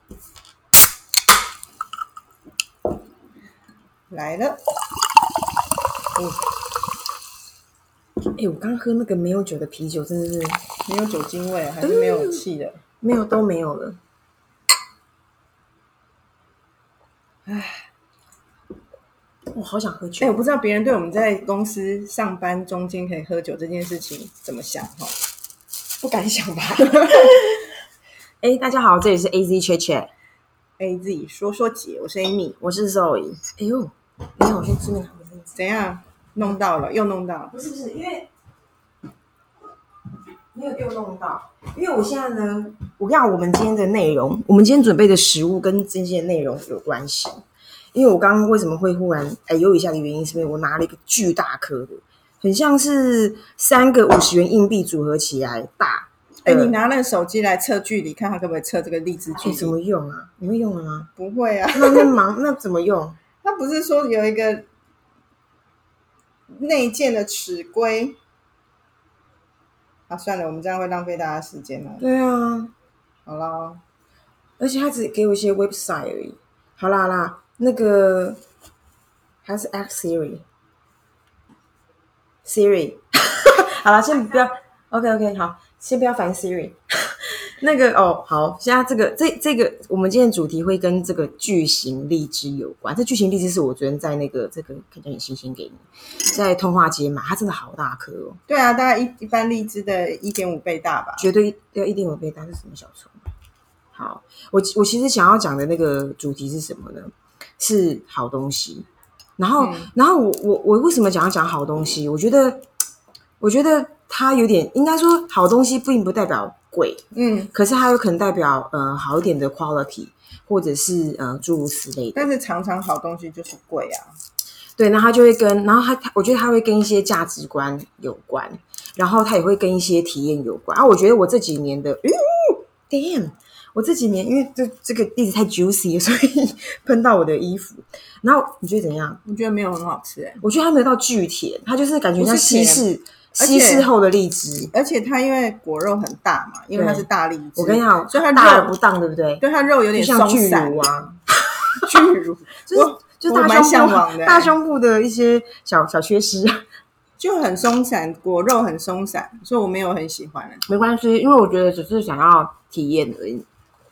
来了。 我刚喝那个没有酒的啤酒，真的是没有酒精味，还是没有气的？ 没有，都没有了。我好想喝酒。 我不知道别人对我们在公司上班中间可以喝酒这件事情怎么想哈？ 不敢想吧？大家好，这里是 AZ Chat Chat，AZ 说说姐，我是 Amy， 我是 Zoe。你好，我先吃那个。 怎样？弄到了，又弄到？ 不是，因为没有又弄到，因为我现在呢，我跟你讲，我们今天的内容，我们今天准备的食物跟这些内容有关系。因为我刚刚为什么会忽然有以下的原因，是因为我拿了一个巨大颗的，很像是3个50元硬币组合起来大。 你拿那个手机来测距离，看它可不可以测这个荔枝距离？ 怎么用啊？你会用了吗？ 不会啊。 那怎么用？ 它不是说有一个内建的尺规啊？算了，我们这样会浪费大家时间了。 对啊， 好啦， 而且他只给我一些 website 而已。好啦，那个还是 Ask Siri 好啦，先不要 OK 好，先不要烦 Siri 那个好，现在这个我们今天的主题会跟这个巨型荔枝有关。这巨型荔枝是我昨天在那个这个看起来很新鲜给你，在通化街买，它真的好大颗哦。 对啊，大概一般荔枝的 1.5 倍大吧。 绝对要 1.5 倍大，是什么小虫？好，我其实想要讲的那个主题是什么呢？是好东西。然后我为什么要讲好东西？我觉得它有点，应该说好东西并不代表贵，可是它有可能代表好一点的 quality， 或者是诸如此类的。 但是常常好东西就是贵啊。 对，那它就会跟，然后我觉得它会跟一些价值观有关，然后它也会跟一些体验有关。我觉得我这几年的，damn。我这几年因为这个栗子太 juicy 了，所以喷到我的衣服。然后你觉得怎样？ 我觉得没有很好吃我觉得它没有到巨甜，它就是感觉像西式后的荔枝。 而且它因为果肉很大嘛，因为它是大荔枝。 我跟你讲， 所以它大而不当，对不对？ 对，它肉有点松散， 像巨乳啊， 巨乳就是大蛮向往的大胸部的一些小缺失。 就很松散，果肉很松散，所以我没有很喜欢。 没关系，因为我觉得只是想要体验而已。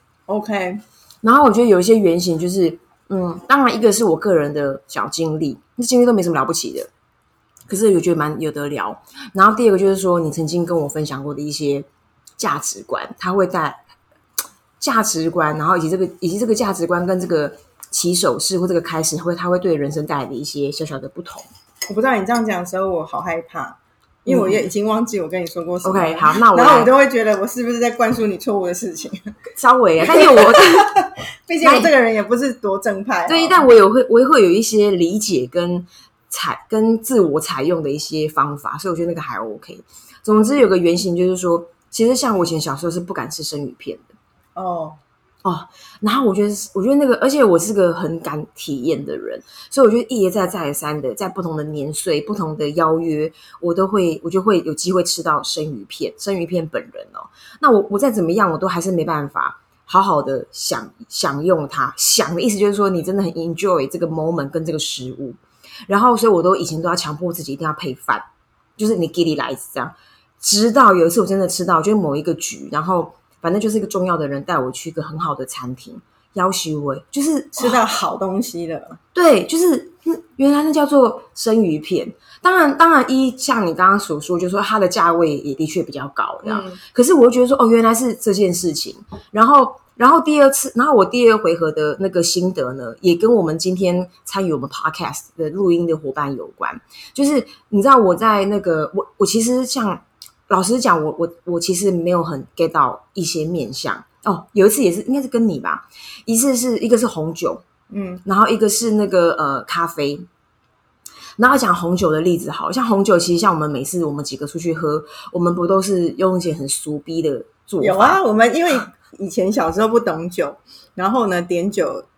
OK， 然后我觉得有一些原型就是，当然一个是我个人的小经历，那经历都没什么了不起的，可是我觉得蛮有得聊。然后第二个就是说，你曾经跟我分享过的一些价值观，它会带价值观，然后以及这个价值观跟这个起手式或这个开始，它会对人生带来的一些小小的不同。 我不知道你这样讲的时候，我好害怕。因为我也已经忘记我跟你说过什么。 OK， 好，那然后我就会觉得我是不是在灌输你错误的事情？ 稍微但是我毕竟我这个人也不是多正派。 对，但我也会有一些理解跟自我采用的一些方法，所以我觉得那个还 OK。总之有个原型就是说，其实像我以前小时候是不敢吃生鱼片的。然后我觉得那个，而且我是个很敢体验的人，所以我觉得一而再三的在不同的年岁、不同的邀约，我就会有机会吃到生鱼片本人哦。那我再怎么样，我都还是没办法好好的享用它。享的意思就是说，你真的很 enjoy 这个 moment 跟这个食物。然后，所以我以前都要强迫自己一定要配饭，就是你给你来这样。直到有一次我真的吃到，就是某一个局，然后。反正就是一个重要的人带我去一个很好的餐厅，要求我就是吃到好东西了。 对，就是原来那叫做生鱼片。当然像你刚刚所说，就是说它的价位也的确比较高这样。可是我就觉得说，原来是这件事情。然后我第二回合的那个心得呢，也跟我们今天参与我们 podcast 的录音的伙伴有关。就是你知道我在那个我其实像。老实讲，我其实没有很 get 到一些面向有一次也是应该是跟你吧，一个是红酒，然后一个是那个咖啡。然后讲红酒的例子，好像红酒其实像我们每次我们几个出去喝，我们不都是用一些很俗逼的做法？ 有啊，我们因为以前小时候不懂酒，然后呢点酒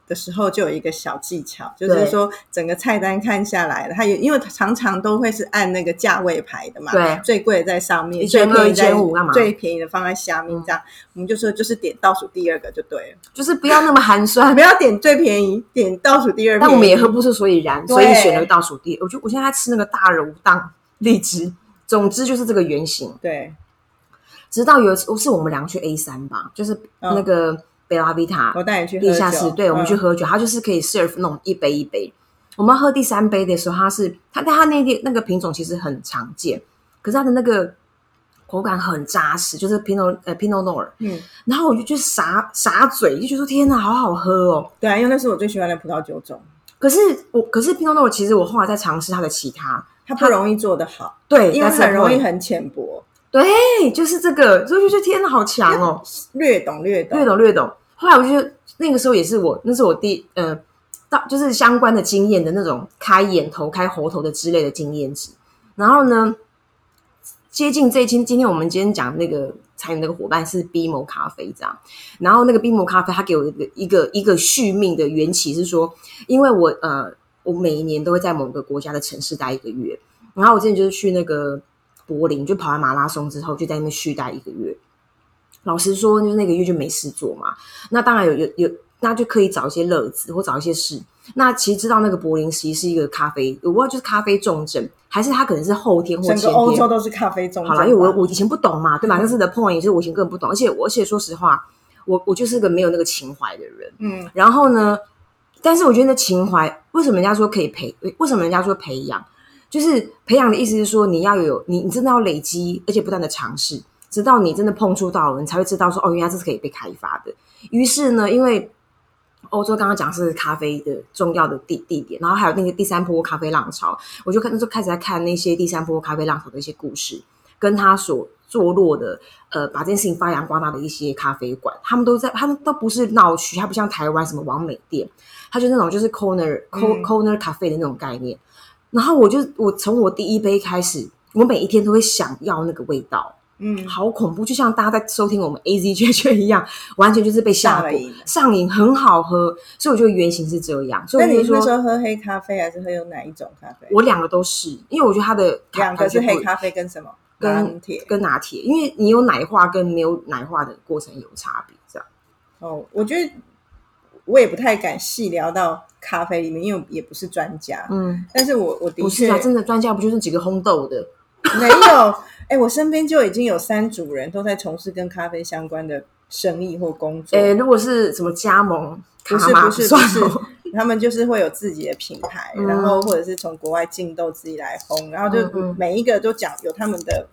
的时候就有一个小技巧，就是说整个菜单看下来了，它因为常常都会是按那个价位排的嘛， 对， 最贵的在上面， 1200 1500干嘛？ 最便宜的放在下面，这样我们就说就是点倒数第二个就对了， 就是不要那么寒酸， 不要点最便宜，点倒数第二便宜。 但我们也喝不出所以然，所以选了倒数第二。我现在吃那个大柔档荔枝，总之就是这个原型。 对， 直到有一次是我们2个去 A3 吧，就是那个贝拉维塔， 我带你去地下室，对，我们去喝酒，它就是可以 serve 那种一杯一杯。我们喝第3杯的时候，它那个品种其实很常见，可是它的那个口感很扎实，就是 Pinot Noir， 然后我就觉得傻嘴，就觉得说天哪，好好喝哦。 对啊，因为那是我最喜欢的葡萄酒种。 可是 Pinot Noir 其实我后来在尝试它的其他， 它不容易做得好， 对， 因为很容易很浅薄。 对，就是这个，所以就觉得天哪，好强哦， 略懂。 后来我就觉得那个时候也是那是我就是相关的经验的那种开眼头、开喉头的之类的经验值。然后呢，接近今天我们今天讲那个参与那个伙伴是 BMO 咖啡这样，然后那个 BMO 咖啡他给我一个续命的缘起是说，因为我每一年都会在某个国家的城市待1个月，然后我之前就是去那个柏林，就跑完马拉松之后就在那边续待1个月。老实说，就是那个月就没事做嘛，那当然有，那就可以找一些乐子或找一些事。那其实知道那个柏林其实是一个咖啡，我不知道就是咖啡重镇，还是它可能是后天或前天， 整个欧洲都是咖啡重镇。 好啦，因为我以前不懂嘛，对吧？但是的 point 就是我以前根本不懂，而且说实话，我就是个没有那个情怀的人。然后呢，但是我觉得那情怀，为什么人家说可以为什么人家说培养？就是培养的意思是说，你要你真的要累积，而且不断的尝试。直到你真的碰触到了，你才会知道说哦，原来这是可以被开发的。于是呢，因为欧洲刚刚讲是咖啡的重要的地点，然后还有那个第3波咖啡浪潮，我就开始在看那些第3波咖啡浪潮的一些故事，跟他所坐落的把这件事情发扬光大的一些咖啡馆，他们都不是闹区，它不像台湾什么网美店，它就那种就是 corner cafe 的那种概念。然后我从我第1杯开始，我每一天都会想要那个味道。好恐怖，就像大家在收听我们 AZJJ 一样，完全就是被上瘾，很好喝，所以我觉得原型是这样。所以那你那时候喝黑咖啡还是喝有哪一种咖啡？ 我2个都是，因为我觉得它的 2个是黑咖啡跟什么？ 跟拿铁，因为你有奶化跟没有奶化的过程有差别，这样。 我觉得我也不太敢细聊到咖啡里面，因为我也不是专家。但是我的确不是啊，真的专家不就是几个烘豆的？ 没有，我身边就已经有3组人都在从事跟咖啡相关的生意或工作。 如果是什么加盟， 不是，他们就是会有自己的品牌，然后或者是从国外进豆自己来烘，然后就每一个都讲有他们的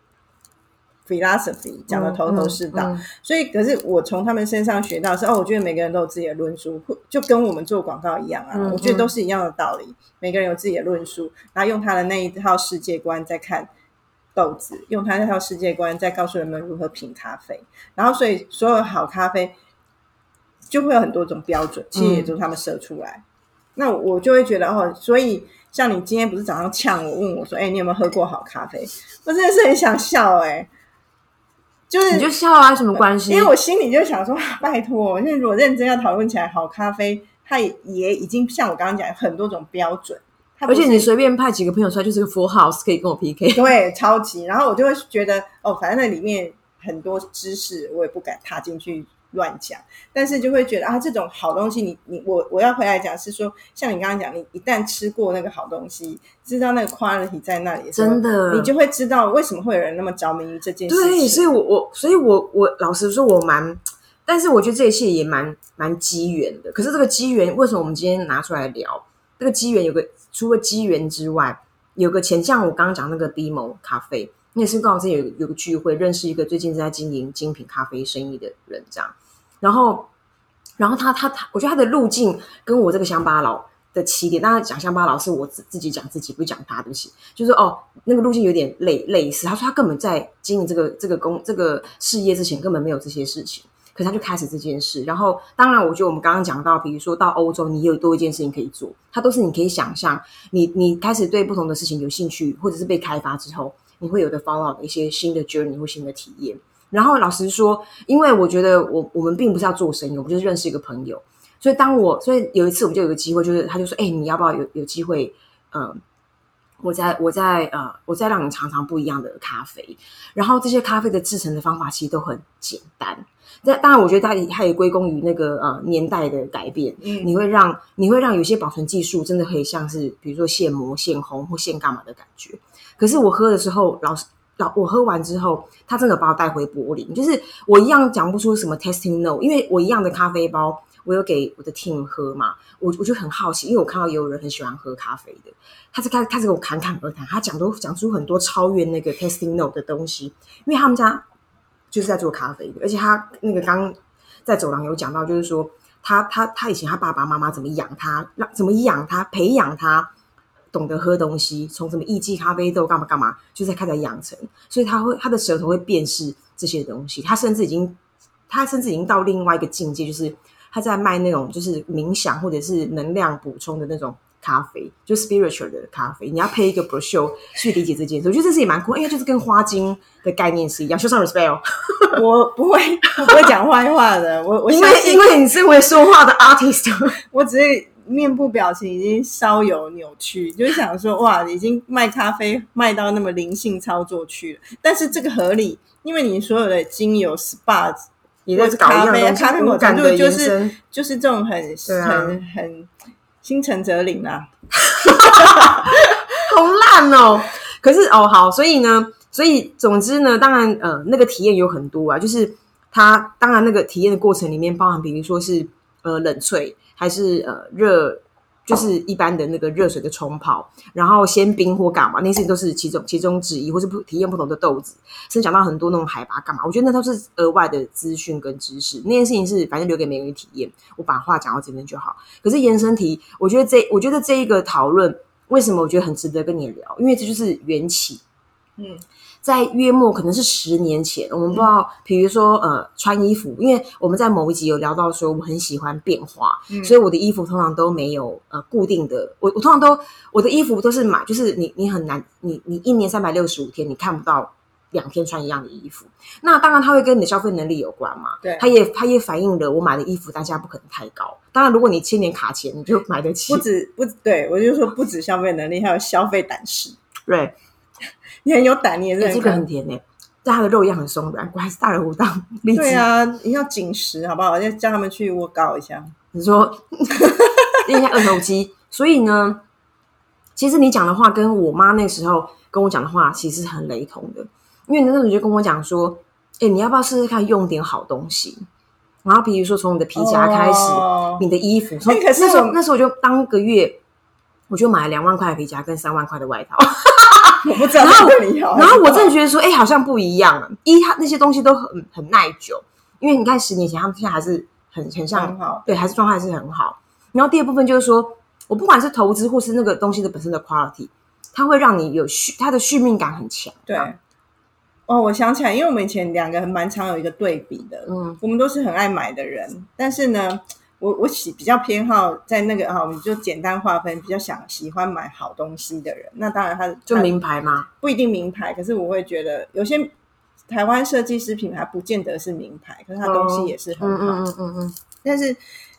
philosophy， 讲的头头是道。所以可是我从他们身上学到是我觉得每个人都有自己的论述，就跟我们做广告一样啊，我觉得都是一样的道理。每个人有自己的论述，然后用他的那一套世界观在看豆子，用他那套世界观在告诉人们如何品咖啡。然后所以所有好咖啡就会有很多种标准，其实也就是他们设出来。那我就会觉得所以像你今天不是早上呛我问我说你有没有喝过好咖啡，我真的是很想笑就是你就笑啊，什么关系？ 因为我心里就想说拜托，因为如果认真要讨论起来，好咖啡它也已经像我刚刚讲很多种标准， 而且你随便派几个朋友出来就是个 full house 可以跟我 PK。 对，超级。然后我就会觉得反正那里面很多知识我也不敢踏进去乱讲，但是就会觉得这种好东西我要回来讲是说，像你刚刚讲，你一旦吃过那个好东西，知道那个 quality 在那里的时候，真的你就会知道为什么会有人那么着迷于这件事情。 对，所以我老实说但是我觉得这一切也蛮机缘的。可是这个机缘为什么我们今天拿出来聊？这个机缘除了机缘之外，有个像我刚刚讲那个 BMO 咖啡，那也是刚好之前有个聚会，认识一个最近在经营精品咖啡生意的人，这样。然后他，我觉得他的路径跟我这个乡巴佬的起点，当然讲乡巴佬是我自己讲自己，不是讲他，对不起，就是那个路径有点类似。他说他根本在经营这个事业之前根本没有这些事情，可是他就开始这件事。然后当然我觉得我们刚刚讲到，比如说到欧洲你有多一件事情可以做，它都是你可以想象，你开始对不同的事情有兴趣，或者是被开发之后你会有的 follow up 的一些新的 journey 或新的体验。然后老实说，因为我觉得我们并不是要做生意，我们就是认识一个朋友， 所以有一次我们就有个机会，就是他就说，你要不要有机会，我再让你尝尝不一样的咖啡，然后这些咖啡的制成的方法其实都很简单。当然我觉得它也归功于那个年代的改变，你会让有些保存技术真的可以像是比如说现磨现烘或现干嘛的感觉。可是我喝的时候我喝完之后，他真的把我带回柏林，就是我一样讲不出什么 tasting note， 因为我一样的咖啡包我有给我的 team 喝嘛，我就很好奇，因为我看到也有人很喜欢喝咖啡的，他开始跟我侃侃而谈，他讲出很多超越那个 tasting note 的东西，因为他们家就是在做咖啡的，而且他那个刚在走廊有讲到，就是说他以前他爸爸妈妈怎么养他，培养他懂得喝东西，从什么意式咖啡豆干嘛干嘛，就在开始养成，所以他的舌头会辨识这些东西，他甚至已经到另外一个境界，就是他在卖那种就是冥想或者是能量补充的那种咖啡，就 spiritual 的咖啡，你要配一个 brochure 去理解这件事，我觉得这是也蛮酷，因为就是跟花精的概念是一样。show some respect 我不会讲坏话的， 因为你是会说话的 artist， 我只是面部表情已经稍有扭曲，就是想说哇，已经卖咖啡卖到那么灵性操作去了，但是这个合理，因为你所有的精油 SPA 你在搞一样咖啡无感的延伸， 就是这种很心诚则灵啊， 好烂哦！可是好，所以总之呢，当然那个体验有很多啊，就是它当然那个体验的过程里面包含，比如说是冷萃还是热。就是一般的那个热水的冲泡，然后鲜冰或干嘛，那些都是其中之一，或是体验不同的豆子，甚至讲到很多那种海拔干嘛，我觉得那都是额外的资讯跟知识。那件事情是反正留给每个人体验，我把话讲到这边就好。可是延伸题，我觉得这一个讨论，为什么我觉得很值得跟你聊？因为这就是缘起。在约莫可能是10年前，我们不知道，比如说穿衣服，因为我们在某一集有聊到说我很喜欢变化，所以我的衣服通常都没有固定的，我通常我的衣服都是买，就是你很难，你1年365天你看不到2天穿一样的衣服。那当然它会跟你的消费能力有关嘛， 对， 它也反映了我买的衣服单价不可能太高。当然如果你10年卡钱你就买得起， 对，我就说不止消费能力，还有消费胆识。 对， 你很有胆，你也是这个很甜但它的肉一样很松软，果然是大人物当荔枝。 对啊，你要紧实好不好？要叫他们去窝高一下。 你说练一下二头肌。所以呢，其实你讲的话跟我妈那时候跟我讲的话其实是很雷同的，因为那时候就跟我讲说，你要不要试试看用点好东西？然后比如说从你的皮夹开始，你的衣服，可是那时候我就当个月，我就买了2万块的皮夹跟3万块的外套。 我不知道然后我真的觉得说，好像不一样。它那些东西都很耐久，因为你看10年前他们现在还是很像， 很好， 对，还是状态是很好。然后第二部分就是说，我不管是投资或是那个东西的本身的 quality， 它会让你它的续命感很强。 对，我想起来，因为我们以前2个蛮常有一个对比的，我们都是很爱买的人，但是呢。我比较偏好在那个我们就简单划分，比较喜欢买好东西的人。那当然他就名牌吗？ 不一定名牌，可是我会觉得有些台湾设计师品牌不见得是名牌，可是他东西也是很好。但是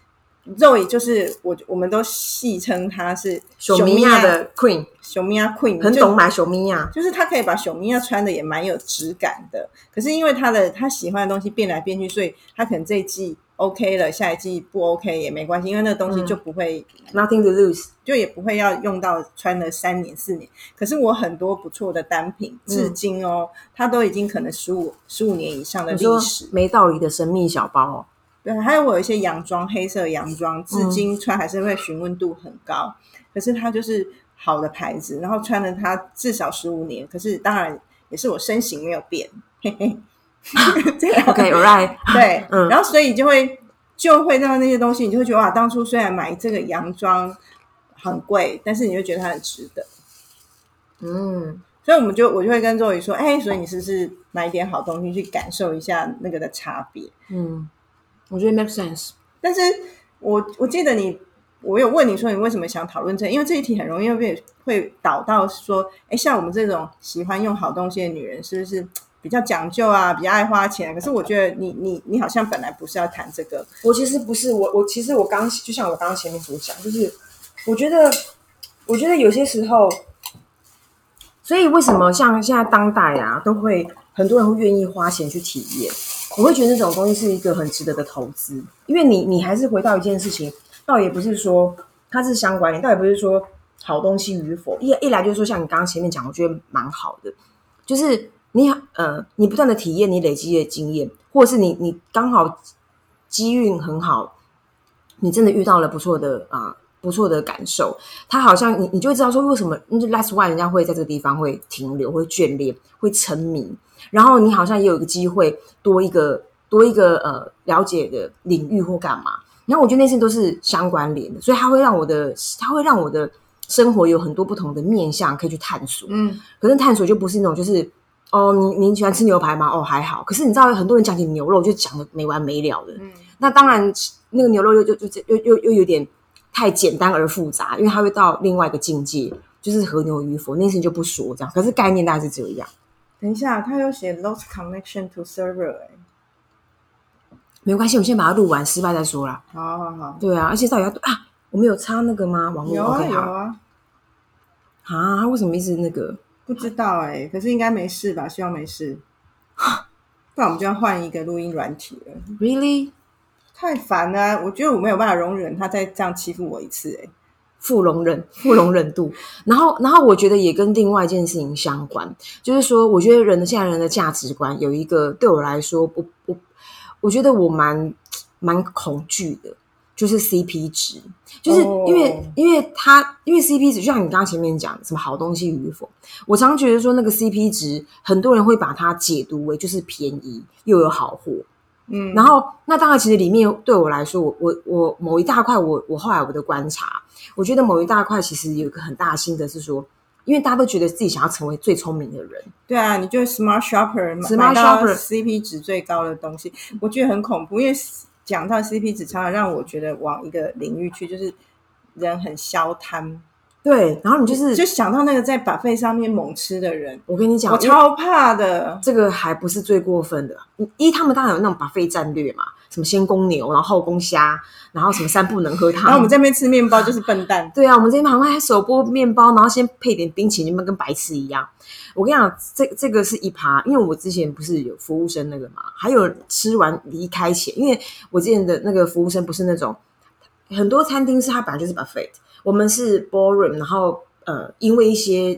Zoe 就是我们都戏称他是小米亚的 Queen， 小米亚 Queen 很懂买小米亚， 就是他可以把小米亚穿的也蛮有质感的。可是因为他喜欢的东西变来变去，所以他可能这一季OK 了，下一季不 OK 也没关系，因为那个东西就不会 nothing to lose， 就也不会要用到穿了3年4年。可是我很多不错的单品至今它都已经可能15年以上的历史。 没道理的神秘小包对，还有我有一些洋装，黑色洋装至今穿还是会询问度很高，可是它就是好的牌子，然后穿了它至少15年，可是当然也是我身形没有变，嘿嘿。 OK alright 对，然后所以就会让那些东西，你就会觉得哇，当初虽然买这个洋装很贵，但是你会觉得它很值得。所以我就会跟Zoe说，所以你是不是买一点好东西去感受一下那个的差别？ 我觉得 make sense。 但是我记得我有问你说你为什么想讨论这个，因为这一题很容易会导到说，像我们这种喜欢用好东西的女人，是不是比较讲究啊，比较爱花钱。可是我觉得你好像本来不是要谈这个。 我其实不是，我其实我刚就像我刚刚前面所讲，就是我觉得有些时候，所以为什么像现在当代啊，都会很多人会愿意花钱去体验？我会觉得那种东西是一个很值得的投资，因为你还是回到一件事情，倒也不是说它是相关联，倒也不是说好东西与否，一来就是说像你刚刚前面讲，我觉得蛮好的，就是你不断的体验，你累积的经验，或者是你刚好机运很好，你真的遇到了不错的感受，它好像你就会知道说为什么 that's why 人家会在这个地方会停留，会眷恋，会沉迷，然后你好像也有一个机会多一个了解的领域或干嘛，然后我觉得那些都是相关联的，所以它会让我的生活有很多不同的面向可以去探索。可是探索就不是那种就是你喜欢吃牛排吗？还好。可是你知道很多人讲起牛肉就讲的没完没了的。那当然那个牛肉又有点太简单而复杂，因为它会到另外一个境界，就是和牛与否那件事情就不说这样。可是概念大概是这样。 等一下，他有写 lost connection to server 没关系，我们先把它录完，失败再说啦。 好。 对啊，而且到底我们有插那个吗？网络有啊 OK 有啊。 他为什么一直那个？ 不知道可是应该没事吧？希望没事。不然我们就要换一个录音软体了。 Really？ 太烦了，我觉得我没有办法容忍他再这样欺负我一次负容忍度。然后我觉得也跟另外一件事情相关，就是说我觉得现在人的价值观有一个对我来说我觉得我蛮恐惧的，就是 CP 值，就是因为 CP 值就像你刚刚前面讲什么好东西与否，我常觉得说那个 CP 值很多人会把它解读为就是便宜又有好货。然后那当然其实里面对我来说我某一大块我后来我的观察，我觉得某一大块其实有一个很大的心得是说，因为大家都觉得自己想要成为最聪明的人。 对啊，你就是 smart shopper 买到 CP 值最高的东西，我觉得很恐怖，因为讲到 CP 值常常让我觉得往一个领域去，就是人很消贪。 对，然后你就想到那个在 buffet 上面猛吃的人， 我跟你讲， 我超怕的。 这个还不是最过分的，他们当然有那种 buffet 战略嘛，什么先攻牛，然后后攻虾，然后什么三不能喝汤。 然后我们在那边吃面包就是笨蛋。 对啊，我们这边好像还手剥面包，然后先配点冰淇淋，跟白痴一样。我跟你讲，这个是一趴，因为我之前不是有服务生那个嘛，还有吃完离开前，因为我之前的那个服务生不是那种很多餐厅是它本来就是 buffet。我们是 ballroom， 然后因为一些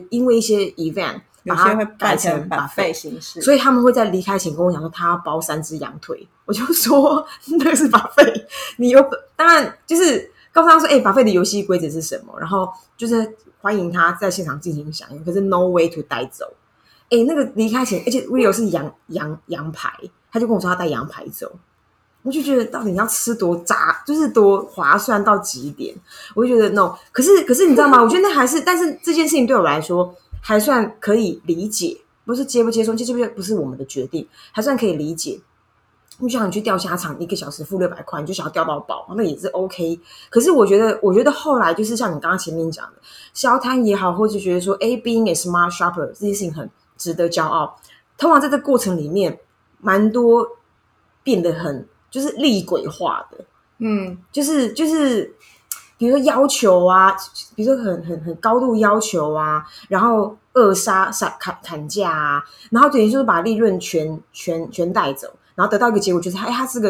event 把它改成 buffet 形式， 所以他们会在离开前跟我讲说他要包3只羊腿，我就说那个是 buffet， 你当然就是告诉他说buffet 的游戏规则是什么，然后就是欢迎他在现场进行享用，可是 no way to 带走。那个离开前，而且 Rio 是羊排，他就跟我说他带羊排走。我就觉得到底你要吃多炸，就是多划算到极点，我就觉得 no。可是你知道吗？我觉得那还是，但是这件事情对我来说还算可以理解，不是接不接受，接不是我们的决定，还算可以理解。就像你去钓虾场，1个小时付600块，你就想要钓到饱，那也是 OK。可是我觉得后来就是像你刚刚前面讲的，消摊也好，或者觉得说being a smart shopper 这件事情很值得骄傲。通常在这个过程里面，蛮多变得很。就是厉鬼化的，就是比如说要求啊，比如说很高度要求啊，然后扼杀砍价啊，然后等于就是把利润全带走，然后得到一个结果就是他是个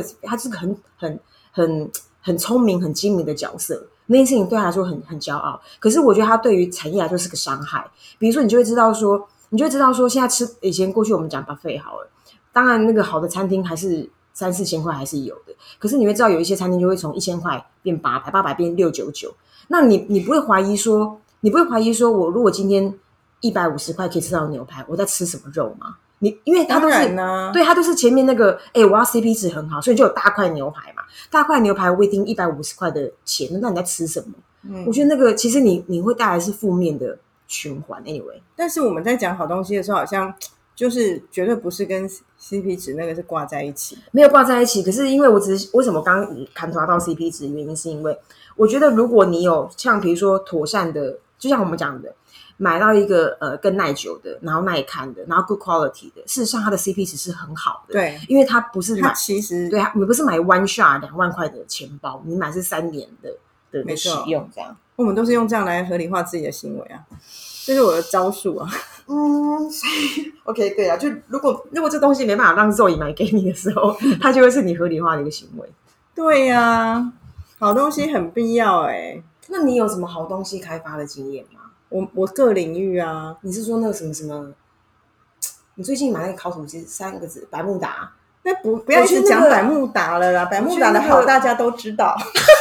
很聪明很精明的角色，那件事情对他来说很骄傲。可是我觉得他对于产业来说是个伤害。比如说你就会知道说现在以前过去我们讲 buffet 好了，当然那个好的餐厅还是3-4千块还是有的，可是你会知道有一些餐厅就会从1000块变800变699，那你不会怀疑说我如果今天150块可以吃到牛排，我在吃什么肉吗？因为它都是对，它都是前面那个我要 CP 值很好，所以就有大块牛排嘛，大块牛排within 150块的钱，那你在吃什么？我觉得那个其实你会带来是负面的循环 anyway。 但是我们在讲好东西的时候，好像就是绝对不是跟 CP 值那个是挂在一起， 没有挂在一起。可是因为为什么刚刚砍抓到 CP 值的原因，是因为我觉得如果你有像比如说妥善的，就像我们讲的， 买到一个更耐久的，然后耐看的，然后 good quality 的，事实上它的 CP 值是很好的。 对， 因为它不是买， 其实对，你不是买 one shot 2万块的钱包，你买是3年的使用这样。 我们都是用这样来合理化自己的行为啊，这是我的招数啊。 所以 OK 对啊，就如果这东西没办法让Zoe买给你的时候，它就会是你合理化的一个行为。 对啊，好东西很必要那你有什么好东西开发的经验吗？ 我各领域啊。 你是说那个什么？你最近买那个烤吐司3个字百慕达？ 那不要一直讲百慕达了啦，百慕达的好大家都知道。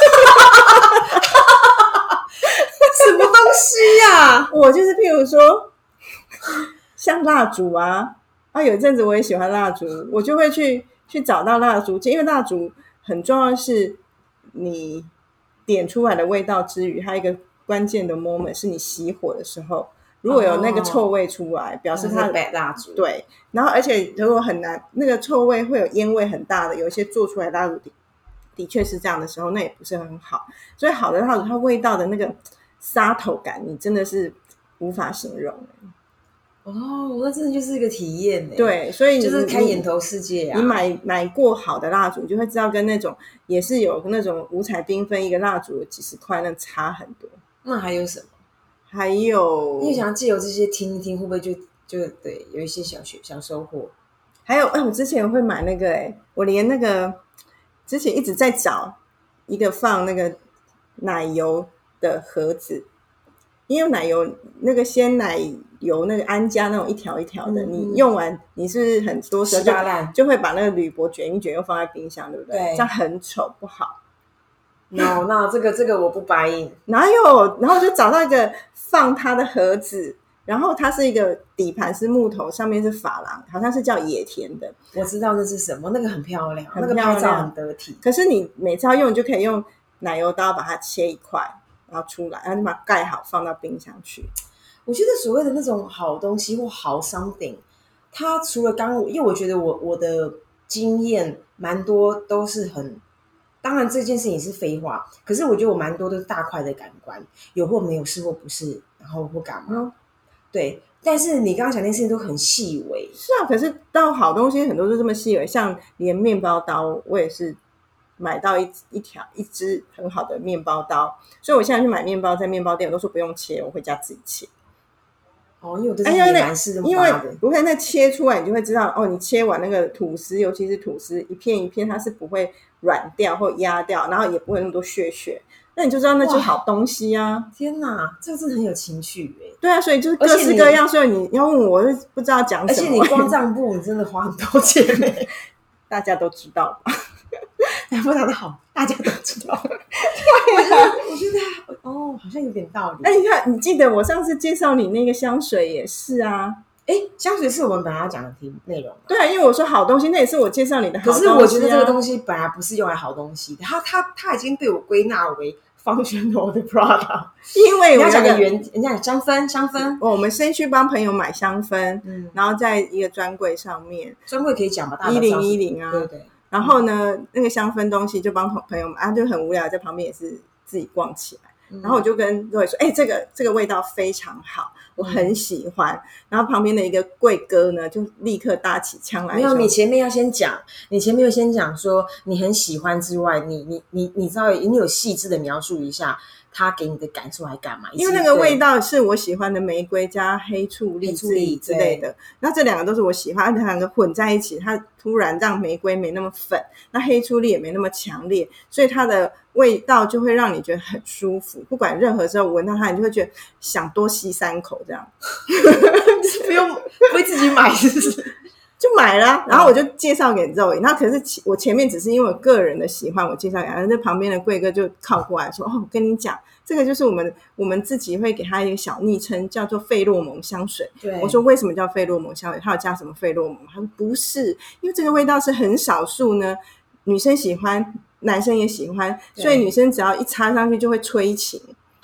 什么东西呀？ 我就是譬如说像蜡烛啊，有一阵子我也喜欢蜡烛，我就会去找到蜡烛，因为蜡烛很重要的是你点出来的味道之余，还有一个关键的 moment 是你熄火的时候，如果有那个臭味出来，表示它是蜡烛。 对，然后而且如果很难，那个臭味会有烟味很大的，有一些做出来蜡烛的确是这样的时候，那也不是很好。所以好的蜡烛它味道的那个沙头感，你真的是无法形容。 那真的就是一个体验。 对，所以就是开眼头世界啊。 你买过好的蜡烛，你就会知道跟那种也是有那种五彩缤纷一个蜡烛几十块，那差很多。 那还有什么？ 还有你想要借由这些听一听，会不会就对有一些小收获？ 还有我之前会买那个我连那个之前一直在找一个放那个奶油的盒子，因为奶油那个鲜奶油那个安佳那种一条一条的，你用完你是不是很多时候就会把那个铝箔卷一卷又放在冰箱，对不对？这样很丑不好。 那这个我不答应。 哪有？然后就找到一个放它的盒子，然后它是一个底盘是木头，上面是珐琅，好像是叫野田的。 我知道那是什么，那个很漂亮，那个拍照很得体。 可是你每次要用，你就可以用奶油刀把它切一块，然后出来，然后就把它盖好，放到冰箱去。 我觉得所谓的那种好东西或好 something， 它除了因为我觉得我的经验蛮多都是很。当然这件事情是废话，可是我觉得我蛮多都是大块的感官，有或没有，是或不是，然后或干嘛。对，但是你刚刚讲那些事情都很细微。 是啊，可是到好东西很多都这么细微，像连面包刀，我也是买到一支很好的面包刀，所以我现在去买面包，在面包店我都说不用切，我回家自己切。 因为我都是野蛮式的， 因为不会那切出来，你就会知道你切完那个吐司，尤其是吐司一片一片，它是不会软掉或压掉，然后也不会那么多屑屑，那你就知道那就是好东西啊！ 天哪，这个真的很有情趣对啊，所以就是各式各样，所以你要问我不知道讲什么。 而且你光账簿你真的花很多钱大家都知道吧？ 不然好，大家都知道。对啊，我觉得好像有点道理。 你看，你记得我上次介绍你那个香水也是啊。 香水是我们本来要讲的内容。 对啊，因为我说好东西，那也是我介绍你的好东西。 可是我觉得这个东西本来不是用来好东西的，它已经被我归纳为functional 的 product。 因为我要讲个人家香氛， 我们先去帮朋友买香氛，然后在一个专柜上面， 专柜可以讲吧 ？1010啊， 对对。 然后呢，那个香氛东西就帮朋友买，就很无聊，在旁边也是自己逛起来。然后我就跟Zoe说，这个味道非常好，我很喜欢。然后旁边的一个柜哥呢，就立刻搭起枪来。 没有，你前面要先讲，说你很喜欢之外，你知道你有细致的描述一下他给你的感受还干嘛？ 因为那个味道是我喜欢的玫瑰加黑醋栗之类的，那这两个都是我喜欢，而且两个混在一起，它突然让玫瑰没那么粉，那黑醋栗也没那么强烈，所以它的味道就会让你觉得很舒服，不管任何时候闻到它，你就会觉得想多吸3口这样。 不会自己买是不是？ 就买了，然后我就介绍给Zoe，然后可是我前面只是因为我个人的喜欢，我介绍给他，那旁边的贵哥就靠过来说：“我跟你讲，这个就是我们自己会给他一个小昵称，叫做费洛蒙香水。”我说为什么叫费洛蒙香水？它有加什么费洛蒙？他说不是，因为这个味道是很少数呢，女生喜欢，男生也喜欢，所以女生只要一插上去就会催情。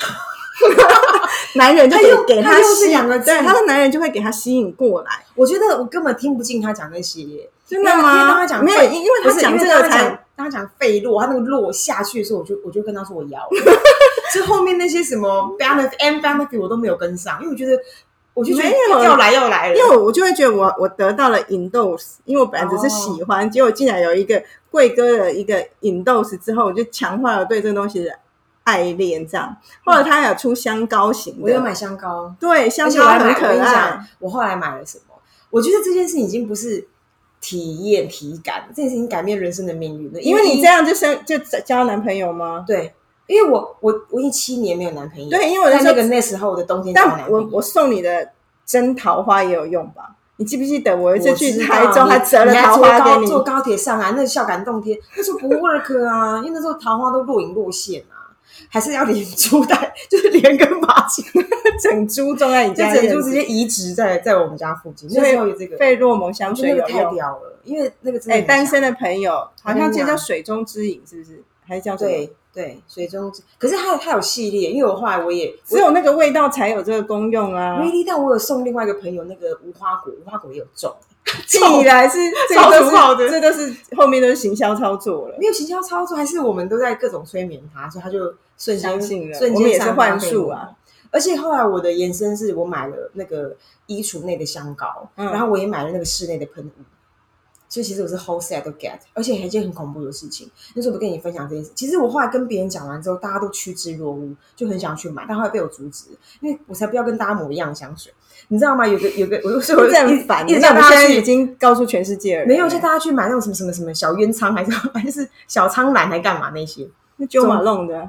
男人就给他吸引，对，他的男人就会给他吸引过来。 我觉得我根本听不进他讲那些， 真的吗？ 因为他讲没有，因为他讲这个才刚刚讲费洛，他那个洛下去的时候，我就跟他说我要了，就后面那些什么 benefit 我都没有跟上，因为我就觉得要来了， 因为我就会觉得我得到了 endorse， 因为我本来只是喜欢，结果竟然有一个贵哥的一个 endorse 之后，我就强化了对这个东西的爱恋，这样。后来他还有出香膏型的， 我有买香膏， 对，香膏很可爱。 我后来买了什么？我觉得这件事已经不是体验体感，这件事情改变人生的命运了。 因为你这样就交男朋友吗？ 对。因为我已经7年没有男朋友， 对，因为我在那时候的冬天交男朋友， 但我送你的真桃花也有用吧？你记不记得我有一次去台中，还折了桃花给你？ 坐高铁上来，那笑感动天，那时候不 work 啊，因为那时候桃花都若隐若现啊，还是要连珠带，就是连根拔起， 整株种在你家， 整株直接移植在我们家附近。那时候有这个费洛蒙香水有用， 太屌了，因为那个真的单身的朋友好像这叫水中之影，是不是？还是叫什么？ 对，水中之，可是它有系列，因为我后来我也只有那个味道才有这个功用啊。 Really？ 但我有送另外一个朋友那个无花果也有种， 屁来是超土炮的， 这都是后面都是行销操作了。 没有行销操作，还是我们都在各种催眠他，所以他就相信了。 瞬间我们也是幻术啊。 而且后来我的延伸是我买了那个衣橱内的香膏，然后我也买了那个室内的喷雾。所以其实我是 whole set 都 get， 而且还有一件很恐怖的事情。那时候我跟你分享这件事，其实我后来跟别人讲完之后，大家都趋之若鹜，就很想去买，但后来被我阻止，因为我才不要跟大家抹一样的香水，你知道吗？有个，我就说这很烦。那我们现在已经告诉全世界了， 没有，就大家去买那种什么小冤仓，还是小苍兰，还干嘛那些？ 那Jo Malone的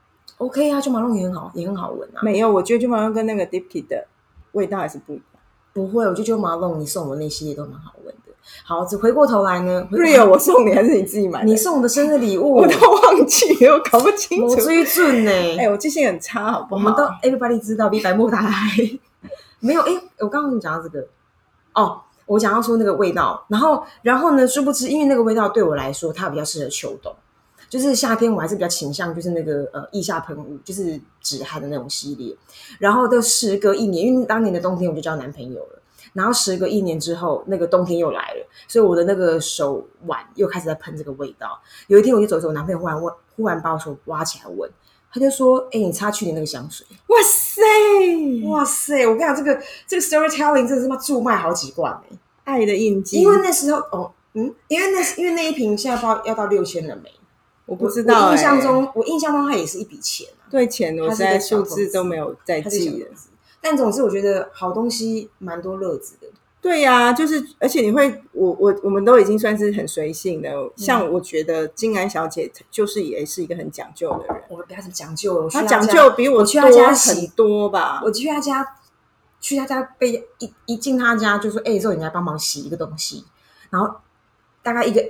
OK 啊，Jo Malone也很好闻啊。 没有，我觉得Jo Malone跟那个 Dipkey 的味道还是不一样。 不会，我觉得Jo Malone你送我那系列都蛮好闻的。好，只回过头来呢 ，Rio 我送你还是你自己买的？ 你送我的生日礼物， 我都忘记了，我搞不清楚。 我追准呢， 我记性很差，好不好？ 我们都 everybody 知道比百慕达还没有。我刚刚跟你讲到这个我讲到说那个味道，然后呢，殊不知因为那个味道对我来说，它比较适合秋冬。就是夏天我还是比较倾向就是那个腋下喷雾，就是止汗的那种系列。然后都时隔1年，因为当年的冬天我就交男朋友了。然后时隔1年之后，那个冬天又来了，所以我的那个手腕又开始在喷这个味道。有一天我就走走，我男朋友忽然把我手挖起来闻，他就说：“你擦去年那个香水。” 哇塞！ 我跟你讲，这个 storytelling 真的是注卖好几罐爱的印记。 因为那时候因为那一瓶现在不知道要到6000了没？ 我不知道。 我印象中它也是一笔钱啊。 对钱，我现在数字都没有再记了。 但总之我觉得好东西蛮多乐子的。 对呀，就是而且你会我们都已经算是很随性的，像我觉得金安小姐就是也是一个很讲究的人。 我不要怎么讲究了， 她讲究比我去她家很多吧。 我去他家被一进他家就说之后你来帮忙洗一个东西，然后大概一个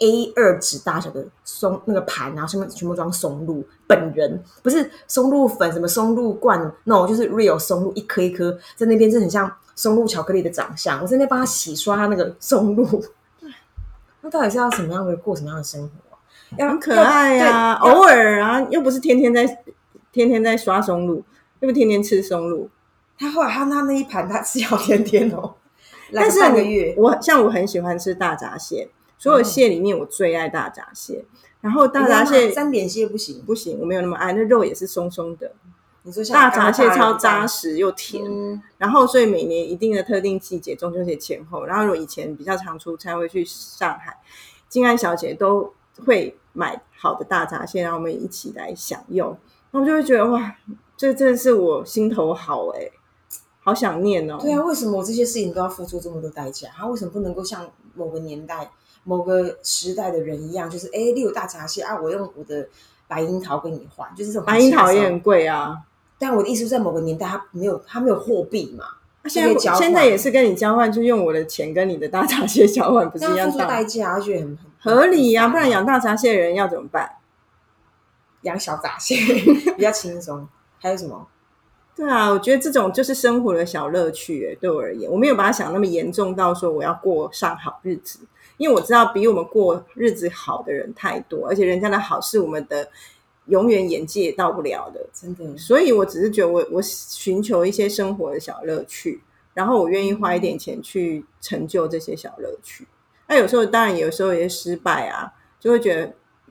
A2 纸大小的那个盘，然后上面全部装松露，本人不是松露粉什么松露罐 no， 就是 real 松露一颗一颗，在那边真的很像松露巧克力的长相。我在那边帮他洗刷他那个松露，那到底是要过什么样的生活啊？ 很可爱啊，偶尔啊，又不是天天在刷松露，又不天天吃松露。 他后来他那一盘他吃好天天哦， 但是半个月。 我很喜欢吃大闸蟹。所有蟹里面我最爱大闸蟹，然后大闸蟹 3点蟹不行， 我没有那么爱，那肉也是松松的。 你说像大闸蟹超扎实又甜，然后所以每年一定的特定季节，中秋节前后，然后我以前比较常出差会去上海，金安小姐都会买好的大闸蟹，然后我们一起来享用，然后我就会觉得哇，这真的是我心头好好想念哦。 对啊，为什么我这些事情都要付出这么多代价？为什么不能够像某个年代某个时代的人一样，就是例如大闸蟹我用我的白樱桃跟你换，就是这种白樱桃也很贵啊。 但我的意思是在某个年代它没有货币嘛， 现在也是跟你交换，就用我的钱跟你的大闸蟹交换，不是一样付出代价，觉得很合理啊。不然养大闸蟹的人要怎么办？ 养小闸蟹比较轻松。还有什么？ 对啊，我觉得这种就是生活的小乐趣对我而言，我没有把它想那么严重到说我要过上好日子，因为我知道比我们过日子好的人太多，而且人家的好是我们的永远眼界也到不了的， 真的。所以我只是觉得我寻求一些生活的小乐趣，然后我愿意花一点钱去成就这些小乐趣。那有时候当然有时候也失败啊，就会觉得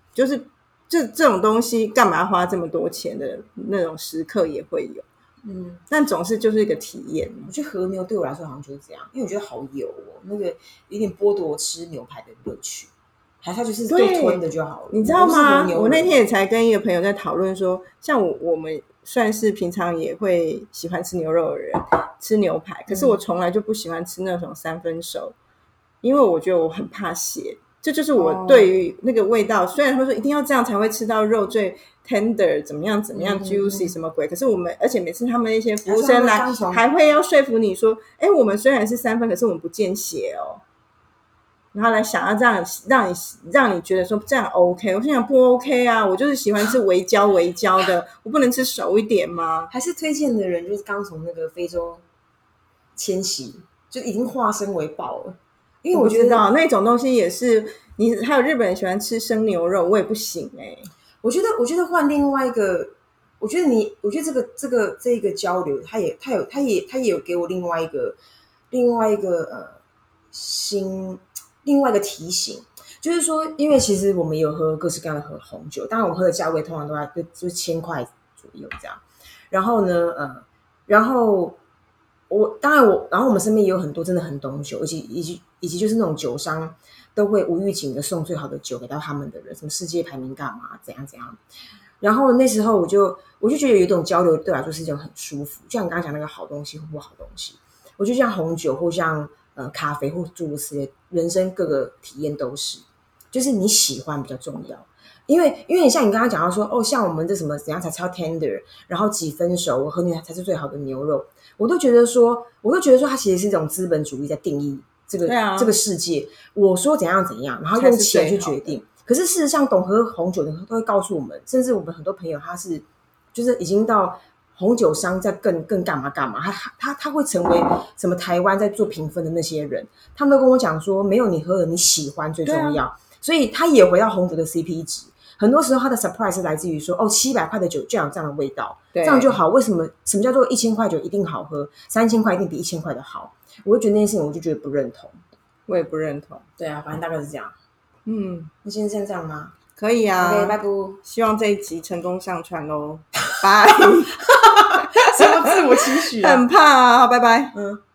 就是这种东西干嘛花这么多钱的那种时刻也会有。但总是就是一个体验。 我觉得和牛对我来说好像就是这样，因为我觉得好油哦，那个有点剥夺吃牛排的乐趣，还是它就是对吞的就好了。 你知道吗？我那天也才跟一个朋友在讨论说，像我们算是平常也会喜欢吃牛肉的人，吃牛排，可是我从来就不喜欢吃那种3分熟，因为我觉得我很怕血。这就是我对于那个味道，虽然会说一定要这样才会吃到肉最 tender 怎么样 juicy 什么鬼，可是我们而且每次他们那些服务生来还会要说服你说，我们虽然是3分，可是我们不见血哦，然后来想要这样让你觉得说这样 OK， 我心想不 OK 啊，我就是喜欢吃微焦的，我不能吃熟一点吗？ 还是推荐的人就是刚从那个非洲迁徙，就已经化身为宝了。因为我觉得那种东西也是，你还有日本人喜欢吃生牛肉，我也不行我觉得换另外一个，我觉得这个交流，他也有给我另外一个另外一个提醒，就是说，因为其实我们有喝各式各样的红酒，当然我们喝的价位通常都在就是1000块左右这样。然后呢，然后我们身边也有很多真的很懂酒，以及就是那种酒商都会无预警的送最好的酒给到他们的人，什么世界排名干嘛怎样怎样。然后那时候我就觉得有一种交流对我来说是一种很舒服，就像你刚刚讲那个好东西或不好东西，我觉得像红酒或像咖啡或诸如此类，人生各个体验都是，就是你喜欢比较重要。因为你像你刚刚讲到说，像我们这什么怎样才超 tender， 然后几分熟，我和你才是最好的牛肉，我都觉得说它其实是一种资本主义在定义这个世界。我说怎样怎样，然后用钱去决定。可是事实上，懂喝红酒的都会告诉我们，甚至我们很多朋友他是就是已经到红酒商在更干嘛，他会成为什么台湾在做评分的那些人，他们都跟我讲说，没有你喝了你喜欢最重要。所以他也回到红酒的 CP 值。很多时候他的 surprise 是来自于说700块的酒就要有这样的味道，这样就好。为什么叫做1000块酒一定好喝，3000块一定比1000块的好？我会觉得那件事情我就觉得不认同。 我也不认同。 对啊，反正大概是这样。那今天先这样吗？ 可以啊。 OK， 拜拜。 希望这一集成功上传咯。拜。 什么自我期许啊？ 很怕啊，拜拜。